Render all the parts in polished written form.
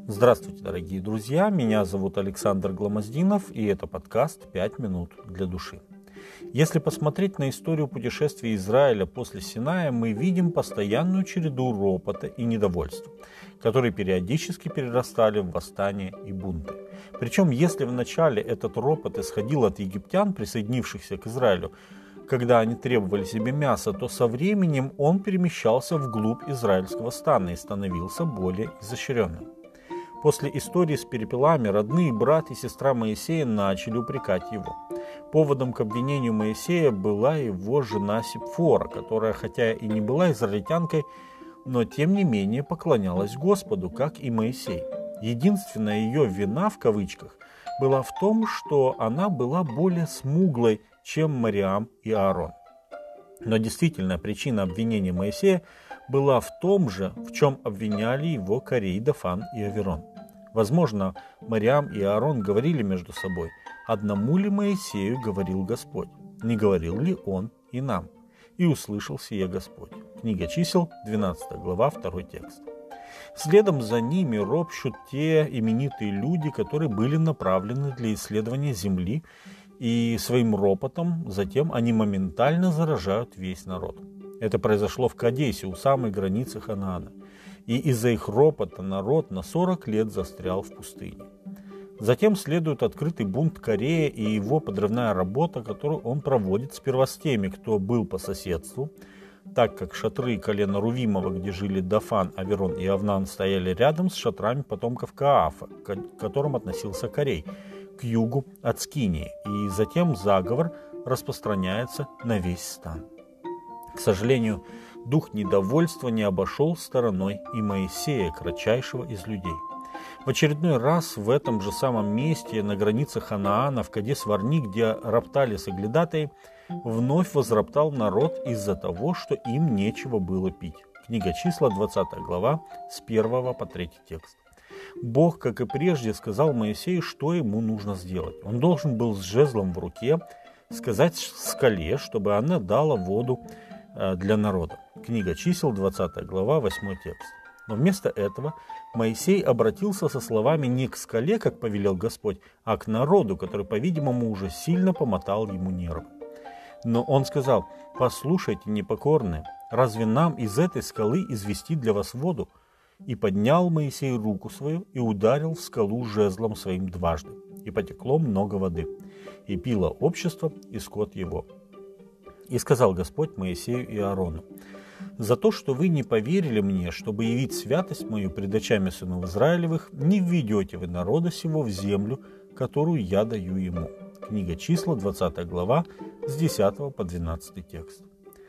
Здравствуйте, дорогие друзья, меня зовут Александр Гломоздинов, и это подкаст «5 минут для души». Если посмотреть на историю путешествия Израиля после Синая, мы видим постоянную череду ропота и недовольства, которые периодически перерастали в восстания и бунты. Причем, если вначале этот ропот исходил от египтян, присоединившихся к Израилю, когда они требовали себе мяса, то со временем он перемещался вглубь израильского стана и становился более изощренным. После истории с перепелами родные брат и сестра Моисея начали упрекать его. Поводом к обвинению Моисея была его жена Сипфора, которая, хотя и не была израильтянкой, но тем не менее поклонялась Господу, как и Моисей. Единственная ее «вина» в кавычках была в том, что она была более смуглой, чем Мариам и Аарон. Но действительная причина обвинения Моисея была в том же, в чем обвиняли его Корей, Дафан и Аверон. Возможно, Мариам и Аарон говорили между собой: «Одному ли Моисею говорил Господь? Не говорил ли он и нам? И услышал сие Господь». Книга Чисел, 12 глава, 2 текст. Следом за ними ропщут те именитые люди, которые были направлены для исследования земли, и своим ропотом затем они моментально заражают весь народ. Это произошло в Кадесе, у самой границы Ханаана. И из-за их ропота народ на 40 лет застрял в пустыне. Затем следует открытый бунт Корея и его подрывная работа, которую он проводит сперва с теми, кто был по соседству, так как шатры колена Рувимова, где жили Дафан, Аверон и Авнан, стояли рядом с шатрами потомков Каафа, к которым относился Корей, к югу от Скинии, и затем заговор распространяется на весь стан. К сожалению, дух недовольства не обошел стороной и Моисея, кратчайшего из людей. В очередной раз в этом же самом месте, на границе Ханаана, в Кадес-Варни, где роптали соглядатаи, вновь возроптал народ из-за того, что им нечего было пить. Книга Числа, 20 глава, с 1 по 3 текст. Бог, как и прежде, сказал Моисею, что ему нужно сделать. Он должен был с жезлом в руке сказать скале, чтобы она дала воду для народа. Книга Чисел, 20 глава, 8 текст. Но вместо этого Моисей обратился со словами не к скале, как повелел Господь, а к народу, который, по-видимому, уже сильно помотал ему нервы. Но он сказал: «Послушайте, непокорные, разве нам из этой скалы извести для вас воду?» И поднял Моисей руку свою и ударил в скалу жезлом своим дважды, и потекло много воды, и пило общество и скот его. И сказал Господь Моисею и Аарону: «За то, что вы не поверили мне, чтобы явить святость мою пред очами сынов Израилевых, не введете вы народа сего в землю, которую я даю ему». Книга Числа, 20 глава, с 10 по 12 текст.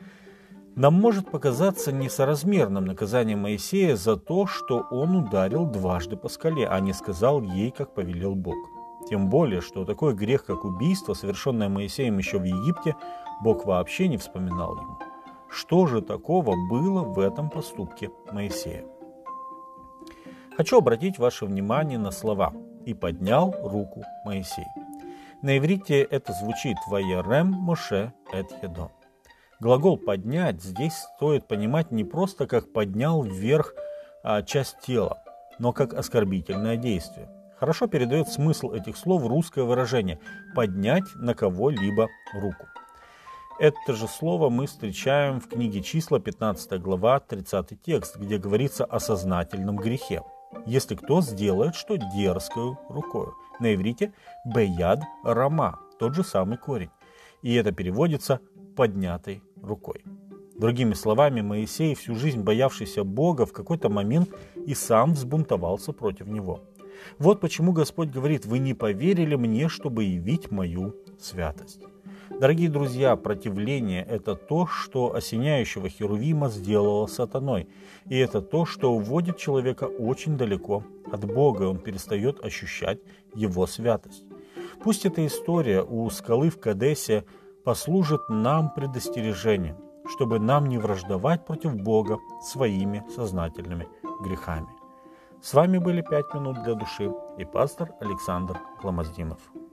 Нам может показаться несоразмерным наказание Моисея за то, что он ударил дважды по скале, а не сказал ей, как повелел Бог. Тем более, что такой грех, как убийство, совершенное Моисеем еще в Египте, Бог вообще не вспоминал ему. Что же такого было в этом поступке Моисея? Хочу обратить ваше внимание на слова «и поднял руку Моисей». На иврите это звучит «ваярем Моше эт едо». Глагол «поднять» здесь стоит понимать не просто как «поднял вверх» часть тела, но как оскорбительное действие. Хорошо передает смысл этих слов русское выражение «поднять на кого-либо руку». Это же слово мы встречаем в книге Числа, 15 глава, 30 текст, где говорится о сознательном грехе. Если кто сделает что дерзкою рукою. На иврите «беяд рама», тот же самый корень. И это переводится «поднятой рукой». Другими словами, Моисей, всю жизнь боявшийся Бога, в какой-то момент и сам взбунтовался против него. Вот почему Господь говорит: «Вы не поверили мне, чтобы явить мою святость». Дорогие друзья, противление – это то, что осеняющего Херувима сделало сатаной. И это то, что уводит человека очень далеко от Бога, и он перестает ощущать его святость. Пусть эта история у скалы в Кадесе послужит нам предостережением, чтобы нам не враждовать против Бога своими сознательными грехами. С вами были 5 минут для души и пастор Александр Гломоздинов.